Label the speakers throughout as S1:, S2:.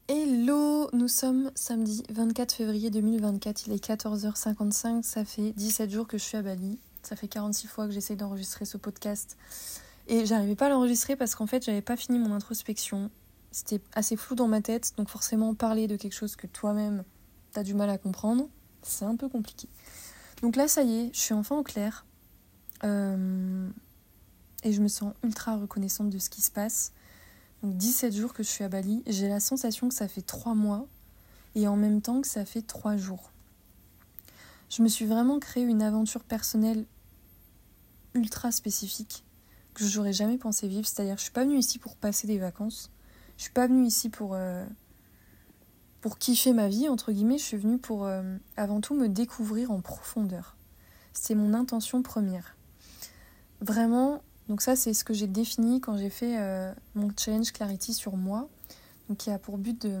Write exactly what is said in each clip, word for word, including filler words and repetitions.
S1: Hello, nous sommes samedi vingt-quatre février deux mille vingt-quatre, il est quatorze heures cinquante-cinq, ça fait dix-sept jours que je suis à Bali, ça fait quarante-six fois que j'essaie d'enregistrer ce podcast et j'arrivais pas à l'enregistrer parce qu'en fait j'avais pas fini mon introspection, c'était assez flou dans ma tête, donc forcément parler de quelque chose que toi-même t'as du mal à comprendre, c'est un peu compliqué. Donc là ça y est, je suis enfin au clair euh... et je me sens ultra reconnaissante de ce qui se passe. Donc dix-sept jours que je suis à Bali, j'ai la sensation que ça fait trois mois et en même temps que ça fait trois jours. Je me suis vraiment créé une aventure personnelle ultra spécifique que j'aurais jamais pensé vivre. C'est-à-dire que je suis pas venue ici pour passer des vacances. Je suis pas venue ici pour, euh, pour kiffer ma vie, entre guillemets. Je suis venue pour euh, avant tout me découvrir en profondeur. C'est mon intention première. Vraiment... Donc ça, c'est ce que j'ai défini quand j'ai fait euh, mon challenge Clarity sur moi, donc qui a pour but de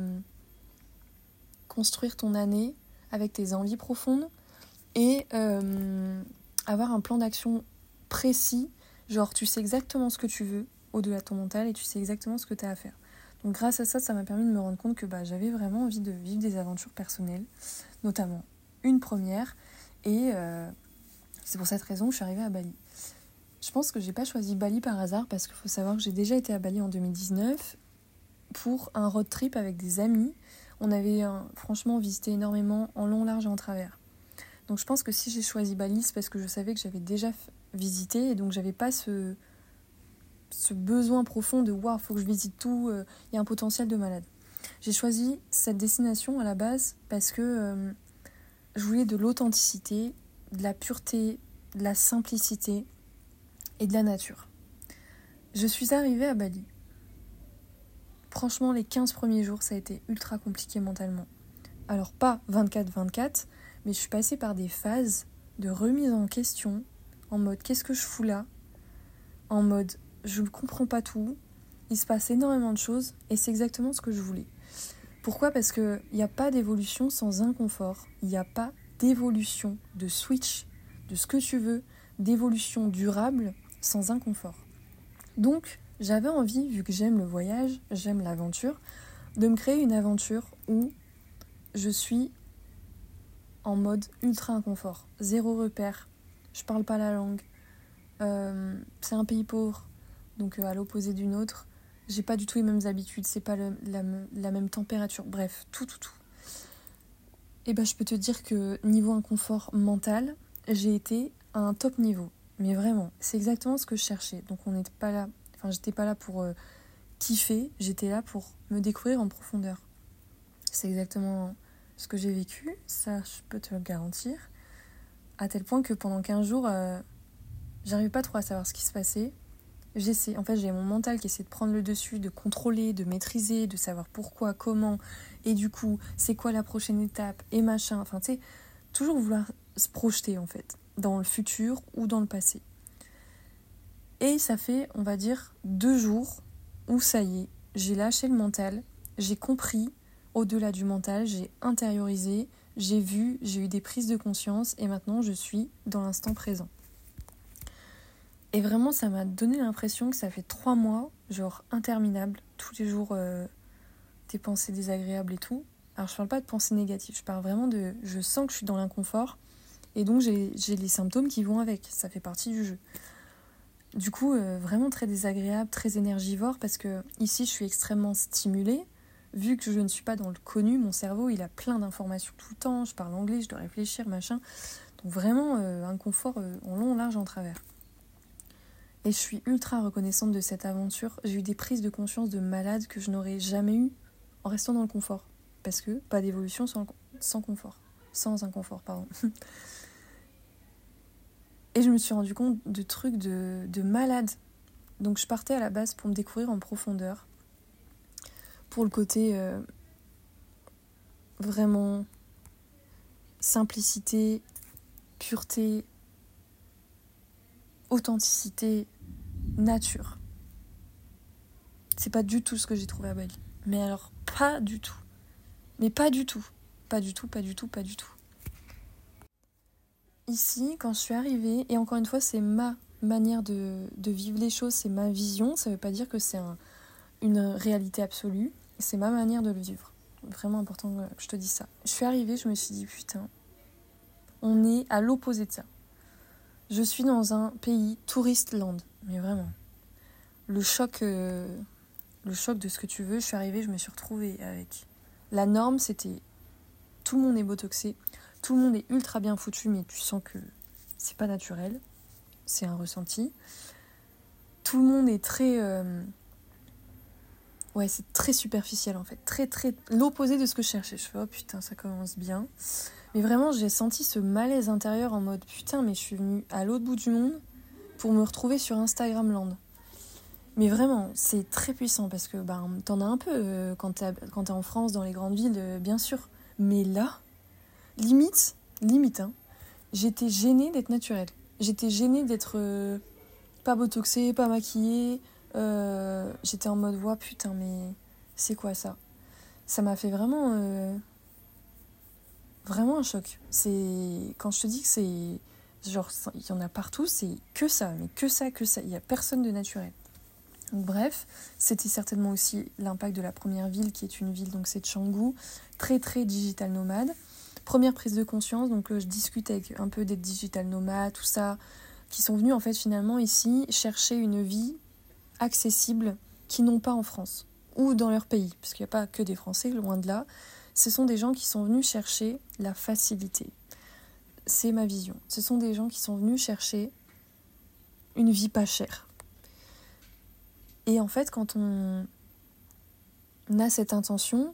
S1: construire ton année avec tes envies profondes et euh, avoir un plan d'action précis, genre tu sais exactement ce que tu veux au-delà de ton mental et tu sais exactement ce que tu as à faire. Donc grâce à ça, ça m'a permis de me rendre compte que bah, j'avais vraiment envie de vivre des aventures personnelles, notamment une première, et euh, c'est pour cette raison que je suis arrivée à Bali. Je pense que j'ai pas choisi Bali par hasard parce qu'il faut savoir que j'ai déjà été à Bali en deux mille dix-neuf pour un road trip avec des amis. On avait hein, franchement visité énormément en long, large et en travers. Donc je pense que si j'ai choisi Bali, c'est parce que je savais que j'avais déjà visité et donc j'avais pas ce, ce besoin profond de waouh, faut que je visite tout, il euh, y a un potentiel de malade. J'ai choisi cette destination à la base parce que euh, je voulais de l'authenticité, de la pureté, de la simplicité et de la nature. Je suis arrivée à Bali. Franchement, les quinze premiers jours, ça a été ultra compliqué mentalement. Alors pas vingt-quatre vingt-quatre, mais je suis passée par des phases de remise en question, en mode qu'est-ce que je fous là ? En mode je ne comprends pas tout, il se passe énormément de choses et c'est exactement ce que je voulais. Pourquoi ? Parce qu'il n'y a pas d'évolution sans inconfort, il n'y a pas d'évolution, de switch, de ce que tu veux, d'évolution durable sans inconfort. Donc, j'avais envie, vu que j'aime le voyage, j'aime l'aventure, de me créer une aventure où je suis en mode ultra inconfort, zéro repère, je parle pas la langue, euh, c'est un pays pauvre, donc euh, à l'opposé d'une autre, j'ai pas du tout les mêmes habitudes, c'est pas le, la, la même température, bref, tout, tout, tout. Et ben, je peux te dire que niveau inconfort mental, j'ai été à un top niveau. Mais vraiment, c'est exactement ce que je cherchais. Donc on n'était pas là, enfin j'étais pas là pour euh, kiffer, j'étais là pour me découvrir en profondeur. C'est exactement ce que j'ai vécu, ça je peux te le garantir. À tel point que pendant quinze jours, euh, j'arrivais pas trop à savoir ce qui se passait. J'essaie, en fait j'ai mon mental qui essaie de prendre le dessus, de contrôler, de maîtriser, de savoir pourquoi, comment, et du coup, c'est quoi la prochaine étape, et machin, enfin tu sais, toujours vouloir se projeter en fait, dans le futur ou dans le passé. Et ça fait, on va dire, deux jours où ça y est, j'ai lâché le mental, j'ai compris, au-delà du mental, j'ai intériorisé, j'ai vu, j'ai eu des prises de conscience et maintenant je suis dans l'instant présent. Et vraiment, ça m'a donné l'impression que ça fait trois mois, genre interminable, tous les jours euh, des pensées désagréables et tout. Alors je parle pas de pensées négatives, je parle vraiment de... Je sens que je suis dans l'inconfort et donc j'ai, j'ai les symptômes qui vont avec, ça fait partie du jeu. Du coup, euh, vraiment très désagréable, très énergivore, parce que ici, je suis extrêmement stimulée. Vu que je ne suis pas dans le connu, mon cerveau, il a plein d'informations tout le temps. Je parle anglais, je dois réfléchir, machin. Donc vraiment, euh, un confort euh, en long, large, en travers. Et je suis ultra reconnaissante de cette aventure. J'ai eu des prises de conscience de malade que je n'aurais jamais eues en restant dans le confort. Parce que pas d'évolution sans, sans confort. Sans inconfort, pardon. Et je me suis rendu compte de trucs de, de malade. Donc je partais à la base pour me découvrir en profondeur. Pour le côté euh, vraiment simplicité, pureté, authenticité, nature. C'est pas du tout ce que j'ai trouvé à Bali. Mais alors, pas du tout. Mais pas du tout. Pas du tout, pas du tout, pas du tout. Ici, quand je suis arrivée, et encore une fois, c'est ma manière de, de vivre les choses, c'est ma vision, ça veut pas dire que c'est un, une réalité absolue, c'est ma manière de le vivre. vraiment important que je te dise ça. Je suis arrivée, je me suis dit, putain, on est à l'opposé de ça. Je suis dans un pays tourist land, mais vraiment. Le choc, euh, le choc de ce que tu veux, je suis arrivée, je me suis retrouvée avec... La norme, c'était tout le monde est botoxé, tout le monde est ultra bien foutu, mais tu sens que c'est pas naturel, c'est un ressenti. Tout le monde est très... Euh... Ouais, c'est très superficiel en fait, très très l'opposé de ce que je cherchais. Je fais, oh putain, ça commence bien. Mais vraiment, j'ai senti ce malaise intérieur en mode, putain, mais je suis venue à l'autre bout du monde pour me retrouver sur Instagram Land. Mais vraiment, c'est très puissant parce que bah, t'en as un peu euh, quand, t'es, quand t'es en France, dans les grandes villes, euh, bien sûr. Mais là, limite, limite, hein, j'étais gênée d'être naturelle. J'étais gênée d'être euh, pas botoxée, pas maquillée. Euh, j'étais en mode, ouais, putain, mais c'est quoi ça ? Ça m'a fait vraiment, euh, vraiment un choc. C'est, quand je te dis que c'est, genre, il y en a partout, c'est que ça, mais que ça, que ça. Il n'y a personne de naturel. Donc, bref, c'était certainement aussi l'impact de la première ville, qui est une ville, donc c'est Canggu, très très digital nomade. Première prise de conscience, donc euh, je discute avec un peu des digital nomades, tout ça, qui sont venus en fait finalement ici chercher une vie accessible qu'ils n'ont pas en France ou dans leur pays, parce qu'il n'y a pas que des Français, loin de là. Ce sont des gens qui sont venus chercher la facilité. C'est ma vision. Ce sont des gens qui sont venus chercher une vie pas chère. Et en fait, quand on a cette intention,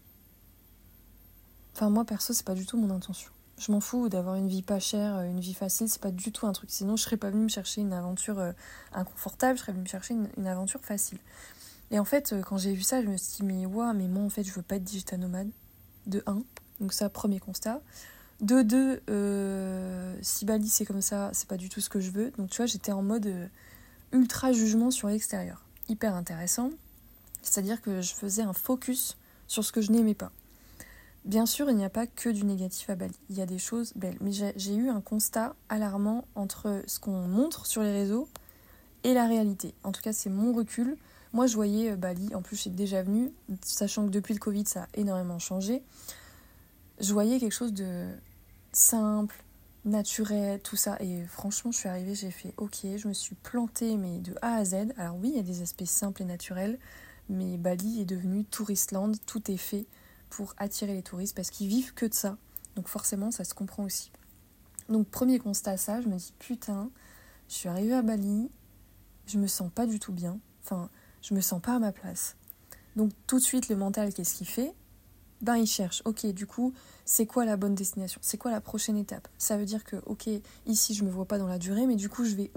S1: enfin moi perso, c'est pas du tout mon intention. Je m'en fous d'avoir une vie pas chère, une vie facile, c'est pas du tout un truc. Sinon, je serais pas venue me chercher une aventure euh, inconfortable, je serais venue me chercher une, une aventure facile. Et en fait, euh, quand j'ai vu ça, je me suis dit, mais ouais, mais moi en fait, je veux pas être digital nomade. De un, donc ça, premier constat. De deux, euh, si Bali c'est comme ça, c'est pas du tout ce que je veux. Donc tu vois, j'étais en mode euh, ultra jugement sur l'extérieur. Hyper intéressant. C'est-à-dire que je faisais un focus sur ce que je n'aimais pas. Bien sûr, il n'y a pas que du négatif à Bali. Il y a des choses belles. Mais j'ai, j'ai eu un constat alarmant entre ce qu'on montre sur les réseaux et la réalité. En tout cas, c'est mon recul. Moi, je voyais Bali, en plus, je suis déjà venue, sachant que depuis le Covid, ça a énormément changé. Je voyais quelque chose de simple, naturel, tout ça. Et franchement, je suis arrivée, j'ai fait OK, je me suis plantée, mais de A à Z. Alors oui, il y a des aspects simples et naturels, mais Bali est devenu touristland, tout est fait pour attirer les touristes parce qu'ils vivent que de ça. Donc forcément, ça se comprend aussi. Donc premier constat, ça, je me dis putain, je suis arrivée à Bali, je me sens pas du tout bien. Enfin, je me sens pas à ma place. Donc tout de suite, le mental, qu'est-ce qu'il fait ? Ben il cherche, ok, du coup, c'est quoi la bonne destination ? C'est quoi la prochaine étape ? Ça veut dire que, ok, ici, je me vois pas dans la durée, mais du coup, je vais où ?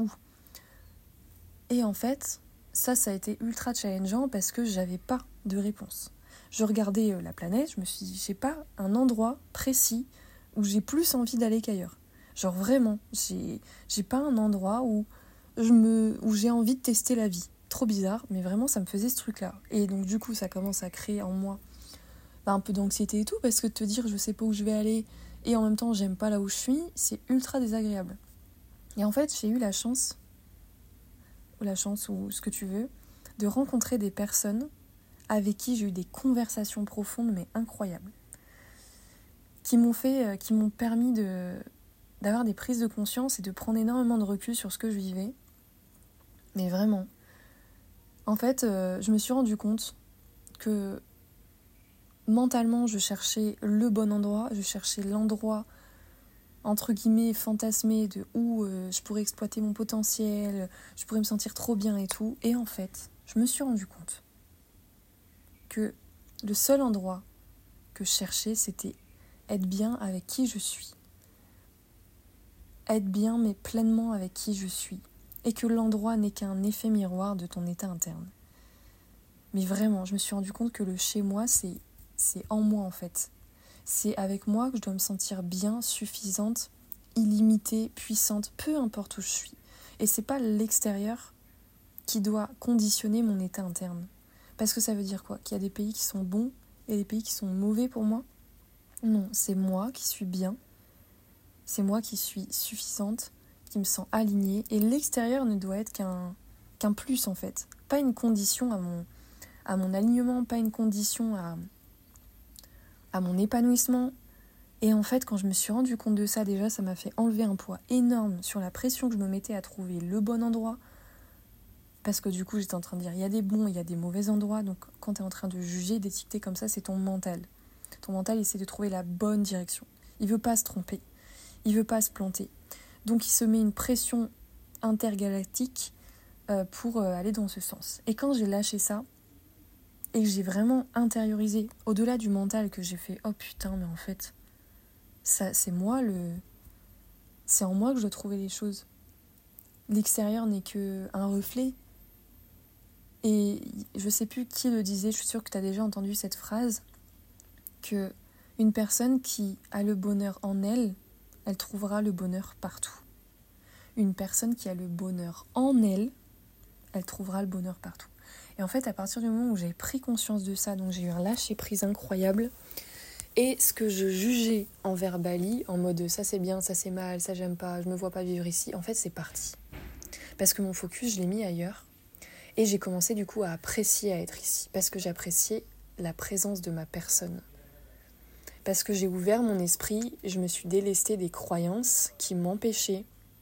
S1: Et en fait, ça, ça a été ultra challengeant parce que j'avais pas de réponse. Je regardais la planète, je me suis dit, j'ai pas un endroit précis où j'ai plus envie d'aller qu'ailleurs. Genre vraiment, j'ai, j'ai pas un endroit où, je me, où j'ai envie de tester la vie. Trop bizarre, mais vraiment, ça me faisait ce truc-là. Et donc, du coup, ça commence à créer en moi bah, un peu d'anxiété et tout, parce que te dire, je sais pas où je vais aller, et en même temps, j'aime pas là où je suis, c'est ultra désagréable. Et en fait, j'ai eu la chance, ou la chance, ou ce que tu veux, de rencontrer des personnes avec qui j'ai eu des conversations profondes mais incroyables, qui m'ont fait, qui m'ont permis de, d'avoir des prises de conscience et de prendre énormément de recul sur ce que je vivais. Mais vraiment, en fait, euh, je me suis rendu compte que mentalement, je cherchais le bon endroit, je cherchais l'endroit entre guillemets fantasmé de où euh, je pourrais exploiter mon potentiel, je pourrais me sentir trop bien et tout. Et en fait, je me suis rendu compte que le seul endroit que je cherchais, c'était être bien avec qui je suis. Être bien, mais pleinement avec qui je suis. Et que l'endroit n'est qu'un effet miroir de ton état interne. Mais vraiment, je me suis rendu compte que le chez moi, c'est, c'est en moi en fait. C'est avec moi que je dois me sentir bien, suffisante, illimitée, puissante, peu importe où je suis. Et c'est pas l'extérieur qui doit conditionner mon état interne. Parce que ça veut dire quoi ? Qu'il y a des pays qui sont bons et des pays qui sont mauvais pour moi ? Non, c'est moi qui suis bien, c'est moi qui suis suffisante, qui me sens alignée, et l'extérieur ne doit être qu'un, qu'un plus en fait. Pas une condition à mon, à mon alignement, pas une condition à, à mon épanouissement. Et en fait, quand je me suis rendu compte de ça, déjà, ça m'a fait enlever un poids énorme sur la pression que je me mettais à trouver le bon endroit. Parce que du coup, j'étais en train de dire, il y a des bons, il y a des mauvais endroits. Donc, quand tu es en train de juger, d'étiqueter comme ça, c'est ton mental. Ton mental essaie de trouver la bonne direction. Il veut pas se tromper. Il veut pas se planter. Donc, il se met une pression intergalactique euh, pour euh, aller dans ce sens. Et quand j'ai lâché ça, et que j'ai vraiment intériorisé, au-delà du mental, que j'ai fait, oh putain, mais en fait... Ça, c'est moi le... C'est en moi que je dois trouver les choses. L'extérieur n'est qu'un reflet. Et je sais plus qui le disait, je suis sûre que tu as déjà entendu cette phrase, que une personne qui a le bonheur en elle, elle trouvera le bonheur partout. Une personne qui a le bonheur en elle, elle trouvera le bonheur partout. Et en fait, à partir du moment où j'ai pris conscience de ça, donc j'ai eu un lâcher-prise incroyable. Et ce que je jugeais envers Bali, en mode ça c'est bien, ça c'est mal, ça j'aime pas, je me vois pas vivre ici, en fait c'est parti. Parce que mon focus je l'ai mis ailleurs. Et j'ai commencé du coup à apprécier à être ici. Parce que j'appréciais la présence de ma personne. Parce que j'ai ouvert mon esprit, je me suis délestée des croyances qui m'empêchaient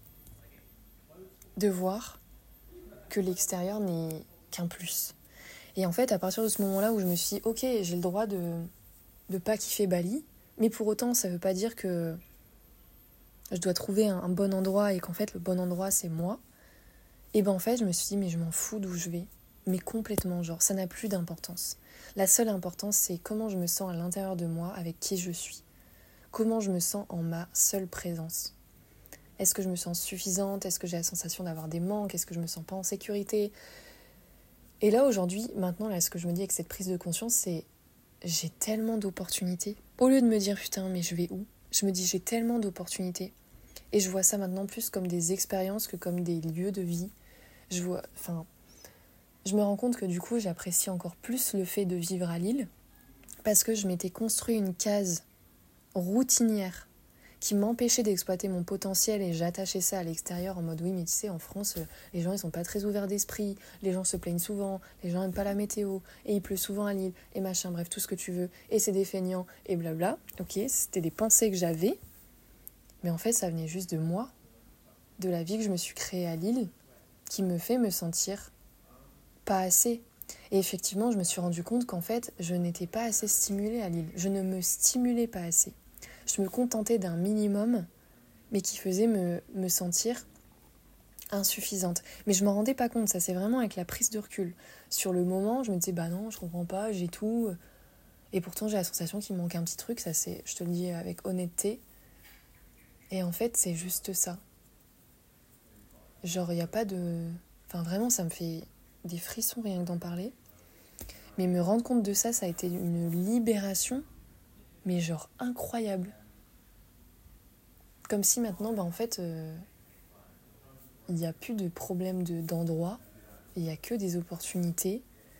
S1: de voir que l'extérieur n'est qu'un plus. Et en fait, à partir de ce moment-là où je me suis dit, ok, j'ai le droit de... de pas kiffer Bali, mais pour autant ça veut pas dire que je dois trouver un, un bon endroit et qu'en fait le bon endroit c'est moi. Et ben en fait je me suis dit mais je m'en fous d'où je vais, mais complètement, genre ça n'a plus d'importance. La seule importance c'est comment je me sens à l'intérieur de moi, avec qui je suis, comment je me sens en ma seule présence. Est-ce que je me sens suffisante? Est-ce que j'ai la sensation d'avoir des manques? Est-ce que je me sens pas en sécurité? Et là aujourd'hui, maintenant là ce que je me dis avec cette prise de conscience, c'est j'ai tellement d'opportunités. Au lieu de me dire putain mais je vais où, je me dis j'ai tellement d'opportunités. Et je vois ça maintenant plus comme des expériences que comme des lieux de vie. Je vois, enfin, je me rends compte que du coup j'apprécie encore plus le fait de vivre à Lille parce que je m'étais construit une case routinière qui m'empêchait d'exploiter mon potentiel et j'attachais ça à l'extérieur en mode oui mais tu sais en France les gens ils sont pas très ouverts d'esprit, les gens se plaignent souvent, les gens aiment pas la météo et il pleut souvent à Lille et machin, bref tout ce que tu veux et c'est des feignants et blabla. Ok, c'était des pensées que j'avais mais en fait ça venait juste de moi, de la vie que je me suis créée à Lille qui me fait me sentir pas assez. Et effectivement je me suis rendu compte qu'en fait je n'étais pas assez stimulée à Lille, je ne me stimulais pas assez. Je me contentais d'un minimum, mais qui faisait me, me sentir insuffisante. Mais je m'en rendais pas compte, ça c'est vraiment avec la prise de recul. Sur le moment, je me disais, bah non, je comprends pas, j'ai tout. Et pourtant, j'ai la sensation qu'il me manque un petit truc, ça c'est, je te le dis avec honnêteté. Et en fait, c'est juste ça. Genre, il n'y a pas de... Enfin, vraiment, ça me fait des frissons rien que d'en parler. Mais me rendre compte de ça, ça a été une libération, mais genre incroyable. Comme si maintenant, bah en fait, euh, il n'y a plus de problème de, d'endroit, il n'y a que des opportunités.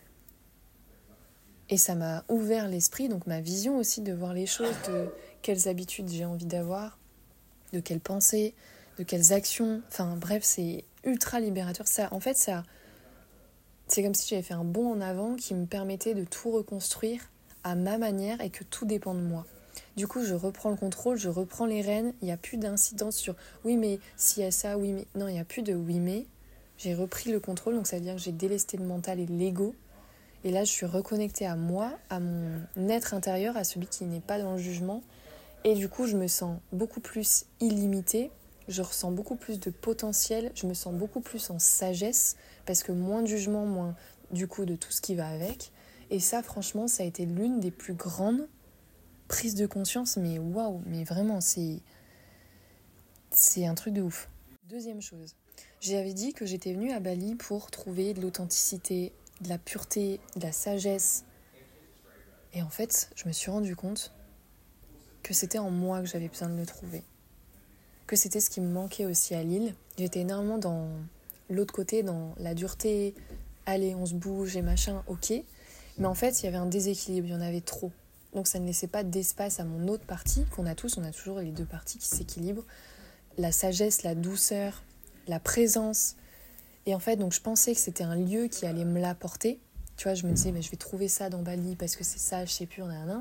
S1: Et ça m'a ouvert l'esprit, donc ma vision aussi de voir les choses, de quelles habitudes j'ai envie d'avoir, de quelles pensées, de quelles actions. Enfin bref, c'est ultra libérateur. Ça, en fait, ça, c'est comme si j'avais fait un bond en avant qui me permettait de tout reconstruire à ma manière et que tout dépend de moi. Du coup, je reprends le contrôle, je reprends les rênes. Il n'y a plus d'incidence sur « oui, mais s'il y a ça, oui, mais... » Non, il n'y a plus de « oui, mais... » J'ai repris le contrôle, donc ça veut dire que j'ai délesté le mental et l'ego. Et là, je suis reconnectée à moi, à mon être intérieur, à celui qui n'est pas dans le jugement. Et du coup, je me sens beaucoup plus illimitée. Je ressens beaucoup plus de potentiel. Je me sens beaucoup plus en sagesse. Parce que moins de jugement, moins du coup de tout ce qui va avec. Et ça, franchement, ça a été l'une des plus grandes prise de conscience, mais waouh, mais vraiment, c'est, c'est un truc de ouf. Deuxième chose, j'avais dit que j'étais venue à Bali pour trouver de l'authenticité, de la pureté, de la sagesse. Et en fait, je me suis rendu compte que c'était en moi que j'avais besoin de le trouver. Que c'était ce qui me manquait aussi à Lille. J'étais énormément dans l'autre côté, dans la dureté, allez, on se bouge et machin, ok. Mais en fait, il y avait un déséquilibre, il y en avait trop. Donc ça ne laissait pas d'espace à mon autre partie, qu'on a tous, on a toujours les deux parties qui s'équilibrent. La sagesse, la douceur, la présence. Et en fait, donc je pensais que c'était un lieu qui allait me l'apporter. Tu vois, je me disais, bah, je vais trouver ça dans Bali parce que c'est ça, je sais plus, on a un.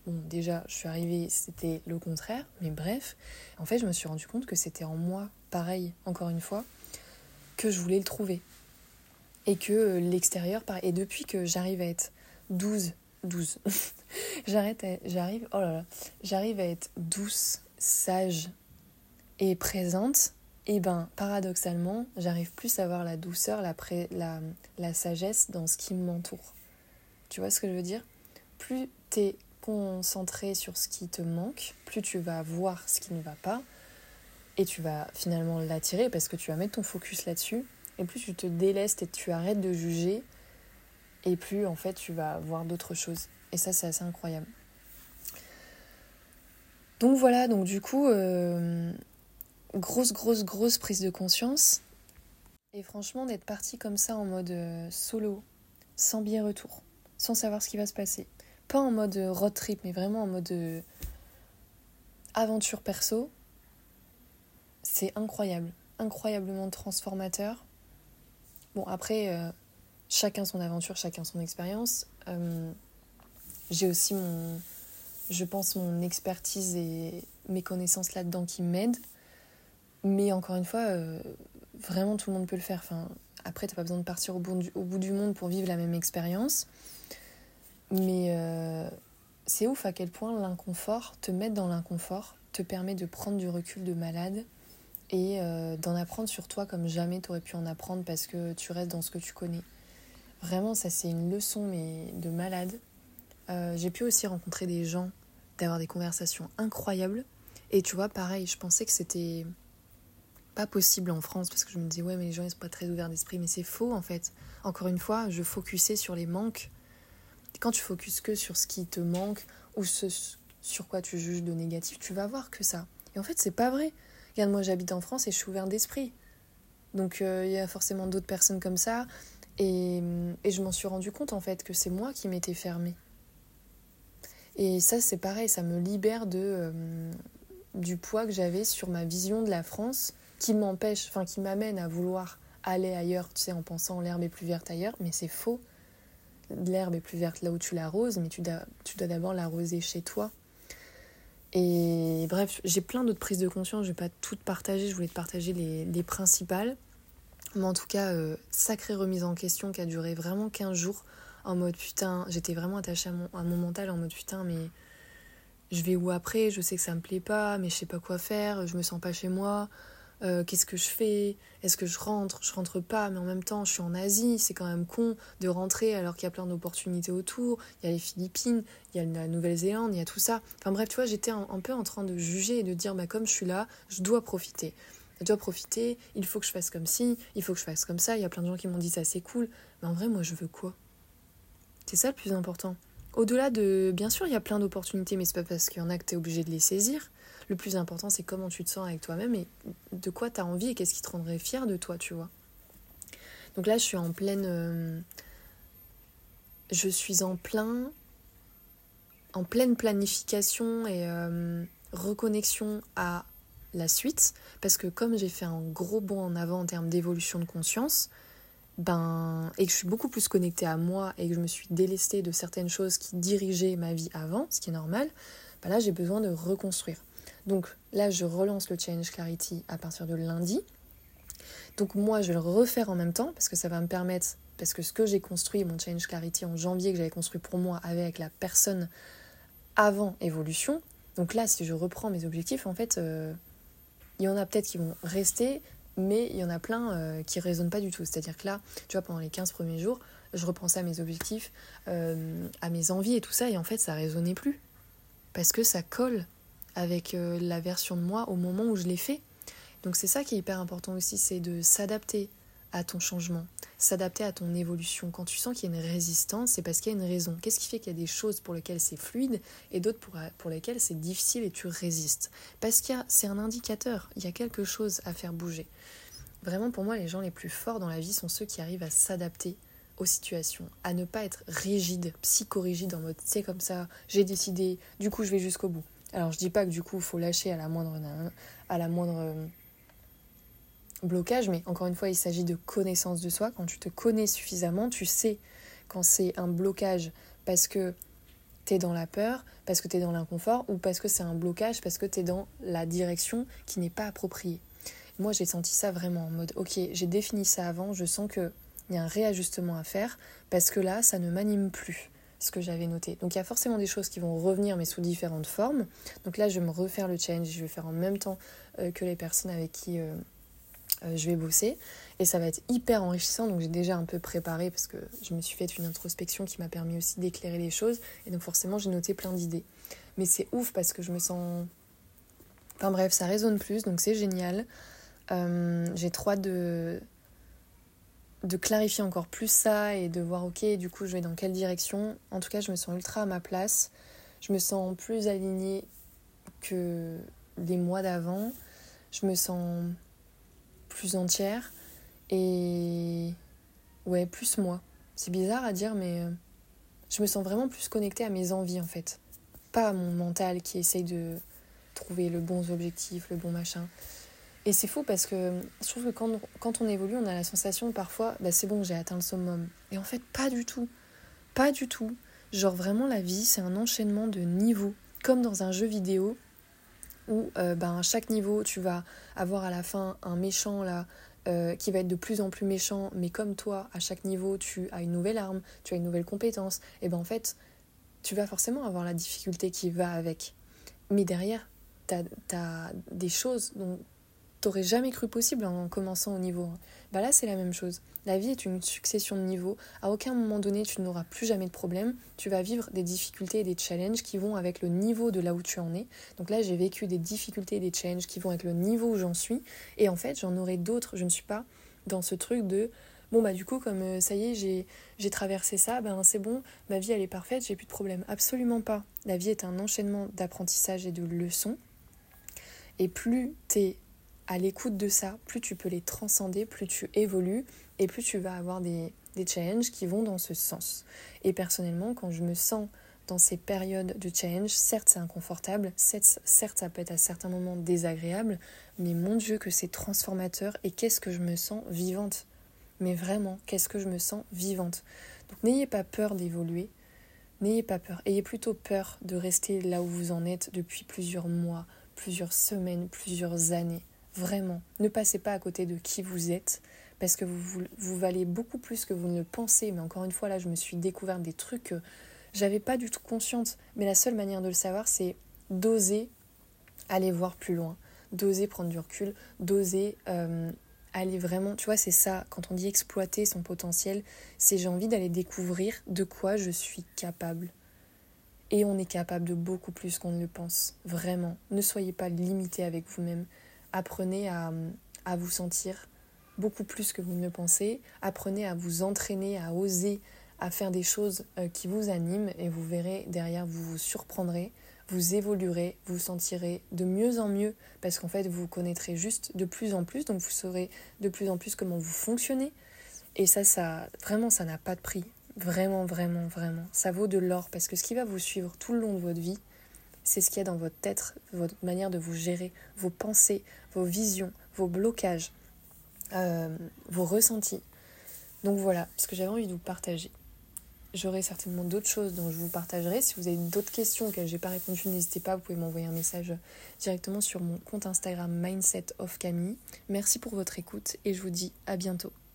S1: Bon, déjà, je suis arrivée, c'était le contraire, mais bref. En fait, je me suis rendu compte que c'était en moi, pareil, encore une fois, que je voulais le trouver. Et que l'extérieur, pareil. Et depuis que j'arrive à être douze, douze, j'arrête à, j'arrive, oh là là, j'arrive à être douce, sage et présente, et ben, paradoxalement, j'arrive plus à avoir la douceur, la, pré, la, la sagesse dans ce qui m'entoure. Tu vois ce que je veux dire ? Plus t'es concentré sur ce qui te manque, plus tu vas voir ce qui ne va pas, et tu vas finalement l'attirer parce que tu vas mettre ton focus là-dessus, et plus tu te délestes et tu arrêtes de juger, et plus en fait tu vas voir d'autres choses. Et ça, c'est assez incroyable. Donc voilà, donc du coup, euh, grosse, grosse, grosse prise de conscience. Et franchement, d'être partie comme ça en mode euh, solo, sans billet retour, sans savoir ce qui va se passer. Pas en mode road trip, mais vraiment en mode euh, aventure perso. C'est incroyable, incroyablement transformateur. Bon, après, euh, chacun son aventure, chacun son expérience. Euh, j'ai aussi mon, je pense, mon expertise et mes connaissances là-dedans qui m'aident. Mais encore une fois, euh, vraiment tout le monde peut le faire. Enfin, après, t'as pas besoin de partir au bout du, au bout du monde pour vivre la même expérience. Mais euh, c'est ouf à quel point l'inconfort, te mettre dans l'inconfort, te permet de prendre du recul de malade et euh, d'en apprendre sur toi comme jamais t'aurais pu en apprendre parce que tu restes dans ce que tu connais. Vraiment, ça c'est une leçon mais de malade. Euh, j'ai pu aussi rencontrer des gens, d'avoir des conversations incroyables. Et tu vois, pareil, je pensais que c'était pas possible en France parce que je me disais ouais mais les gens ils sont pas très ouverts d'esprit, mais c'est faux en fait. Encore une fois, je focusais sur les manques. Quand tu focuses que sur ce qui te manque ou ce sur quoi tu juges de négatif, tu vas voir que ça. Et en fait, c'est pas vrai. Regarde, moi j'habite en France et je suis ouverte d'esprit. Donc il euh, y a forcément d'autres personnes comme ça. Et, et je m'en suis rendu compte en fait que c'est moi qui m'étais fermée. Et ça c'est pareil, ça me libère de, euh, du poids que j'avais sur ma vision de la France qui m'empêche, enfin qui m'amène à vouloir aller ailleurs, tu sais, en pensant l'herbe est plus verte ailleurs, mais c'est faux. L'herbe est plus verte là où tu l'arroses, mais tu dois, tu dois d'abord l'arroser chez toi. Et bref, j'ai plein d'autres prises de conscience, je vais pas toutes partager, je voulais te partager les, les principales. Mais en tout cas, euh, sacrée remise en question qui a duré vraiment quinze jours, en mode putain, j'étais vraiment attachée à mon, à mon mental, en mode putain, mais je vais où après, je sais que ça me plaît pas, mais je sais pas quoi faire, je me sens pas chez moi, euh, qu'est-ce que je fais, est-ce que je rentre, je rentre pas, mais en même temps je suis en Asie, c'est quand même con de rentrer alors qu'il y a plein d'opportunités autour, il y a les Philippines, il y a la Nouvelle-Zélande, il y a tout ça. Enfin bref, tu vois, j'étais un, un peu en train de juger et de dire bah comme je suis là, je dois profiter. Je dois profiter, il faut que je fasse comme ci, il faut que je fasse comme ça, il y a plein de gens qui m'ont dit ça c'est cool, mais en vrai moi je veux quoi ? C'est ça le plus important. Au-delà de... Bien sûr, il y a plein d'opportunités, mais c'est pas parce qu'il y en a que t'es obligé de les saisir. Le plus important, c'est comment tu te sens avec toi-même et de quoi t'as envie et qu'est-ce qui te rendrait fier de toi, tu vois. Donc là, je suis en pleine... Euh... Je suis en plein... En pleine planification et euh, reconnexion à la suite. Parce que comme j'ai fait un gros bond en avant en termes d'évolution de conscience... Ben, et que je suis beaucoup plus connectée à moi et que je me suis délestée de certaines choses qui dirigeaient ma vie avant, ce qui est normal, ben là j'ai besoin de reconstruire. Donc là je relance le Challenge Clarity à partir de lundi. Donc moi je vais le refaire en même temps parce que ça va me permettre, parce que ce que j'ai construit, mon Challenge Clarity en janvier, que j'avais construit pour moi avec la personne avant évolution, donc là si je reprends mes objectifs, en fait, euh, il y en a peut-être qui vont rester, mais il y en a plein euh, qui ne résonnent pas du tout. C'est-à-dire que là, tu vois, pendant les quinze premiers jours, je repensais à mes objectifs, euh, à mes envies et tout ça, et en fait, ça ne résonnait plus. Parce que ça colle avec euh, la version de moi au moment où je l'ai fait. Donc c'est ça qui est hyper important aussi, c'est de s'adapter à ton changement, s'adapter à ton évolution. Quand tu sens qu'il y a une résistance, c'est parce qu'il y a une raison. Qu'est-ce qui fait qu'il y a des choses pour lesquelles c'est fluide et d'autres pour, pour lesquelles c'est difficile et tu résistes ? Parce que c'est un indicateur, il y a quelque chose à faire bouger. Vraiment, pour moi, les gens les plus forts dans la vie sont ceux qui arrivent à s'adapter aux situations, à ne pas être rigide, psychorigide, en mode c'est comme ça, j'ai décidé, du coup je vais jusqu'au bout. Alors je dis pas que du coup il faut lâcher à la moindre, à la moindre blocage, mais encore une fois il s'agit de connaissance de soi. Quand tu te connais suffisamment, tu sais quand c'est un blocage parce que t'es dans la peur, parce que t'es dans l'inconfort, ou parce que c'est un blocage, parce que t'es dans la direction qui n'est pas appropriée. Moi, j'ai senti ça vraiment en mode, ok, j'ai défini ça avant, je sens qu'il y a un réajustement à faire, parce que là, ça ne m'anime plus, ce que j'avais noté. Donc, il y a forcément des choses qui vont revenir, mais sous différentes formes. Donc là, je vais me refaire le challenge, je vais faire en même temps euh, que les personnes avec qui euh, euh, je vais bosser. Et ça va être hyper enrichissant, donc j'ai déjà un peu préparé, parce que je me suis fait une introspection qui m'a permis aussi d'éclairer les choses. Et donc, forcément, j'ai noté plein d'idées. Mais c'est ouf, parce que je me sens... Enfin bref, ça résonne plus, donc c'est génial. Euh, j'ai trop hâte de, de clarifier encore plus ça et de voir, ok, du coup, je vais dans quelle direction. En tout cas, je me sens ultra à ma place. Je me sens plus alignée que les mois d'avant. Je me sens plus entière et ouais, plus moi. C'est bizarre à dire, mais je me sens vraiment plus connectée à mes envies, en fait. Pas à mon mental qui essaye de trouver le bon objectif, le bon machin. Et c'est fou parce que je trouve que quand, quand on évolue, on a la sensation parfois, bah c'est bon, j'ai atteint le summum. Et en fait, pas du tout. Pas du tout. Genre vraiment, la vie, c'est un enchaînement de niveaux. Comme dans un jeu vidéo où euh, bah, à chaque niveau, tu vas avoir à la fin un méchant là euh, qui va être de plus en plus méchant. Mais comme toi, à chaque niveau, tu as une nouvelle arme, tu as une nouvelle compétence. Et ben en fait, tu vas forcément avoir la difficulté qui va avec. Mais derrière, t'as, t'as des choses dont t'aurais jamais cru possible en commençant au niveau un. Bah là, c'est la même chose. La vie est une succession de niveaux. À aucun moment donné, tu n'auras plus jamais de problème. Tu vas vivre des difficultés et des challenges qui vont avec le niveau de là où tu en es. Donc là, j'ai vécu des difficultés et des challenges qui vont avec le niveau où j'en suis. Et en fait, j'en aurai d'autres. Je ne suis pas dans ce truc de... Bon, bah du coup, comme euh, ça y est, j'ai, j'ai traversé ça, ben c'est bon, ma vie, elle est parfaite, j'ai plus de problème. Absolument pas. La vie est un enchaînement d'apprentissage et de leçons. Et plus t'es à l'écoute de ça, plus tu peux les transcender, plus tu évolues et plus tu vas avoir des, des challenges qui vont dans ce sens. Et personnellement, quand je me sens dans ces périodes de challenge, certes c'est inconfortable, certes, certes ça peut être à certains moments désagréable, mais mon Dieu que c'est transformateur et qu'est-ce que je me sens vivante. Mais vraiment, qu'est-ce que je me sens vivante. Donc n'ayez pas peur d'évoluer, n'ayez pas peur, ayez plutôt peur de rester là où vous en êtes depuis plusieurs mois, plusieurs semaines, plusieurs années. Vraiment, ne passez pas à côté de qui vous êtes parce que vous, vous, vous valez beaucoup plus que vous ne le pensez. Mais encore une fois, là, je me suis découvert des trucs que j'avais pas du tout consciente. Mais la seule manière de le savoir, c'est d'oser aller voir plus loin, d'oser prendre du recul, d'oser euh, aller vraiment... Tu vois, c'est ça, quand on dit exploiter son potentiel, c'est j'ai envie d'aller découvrir de quoi je suis capable. Et on est capable de beaucoup plus qu'on ne le pense. Vraiment, ne soyez pas limité avec vous-même. Apprenez à, à vous sentir beaucoup plus que vous ne le pensez. Apprenez à vous entraîner, à oser, à faire des choses qui vous animent. Et vous verrez, derrière, vous vous surprendrez, vous évoluerez, vous vous sentirez de mieux en mieux. Parce qu'en fait, vous vous connaîtrez juste de plus en plus. Donc, vous saurez de plus en plus comment vous fonctionnez. Et ça, ça vraiment, ça n'a pas de prix. Vraiment, vraiment, vraiment. Ça vaut de l'or. Parce que ce qui va vous suivre tout le long de votre vie, c'est ce qu'il y a dans votre tête, votre manière de vous gérer, vos pensées, vos visions, vos blocages, euh, vos ressentis. Donc voilà, ce que j'avais envie de vous partager. J'aurai certainement d'autres choses dont je vous partagerai. Si vous avez d'autres questions auxquelles je n'ai pas répondu, n'hésitez pas, vous pouvez m'envoyer un message directement sur mon compte Instagram Mindset of Camille. Merci pour votre écoute et je vous dis à bientôt.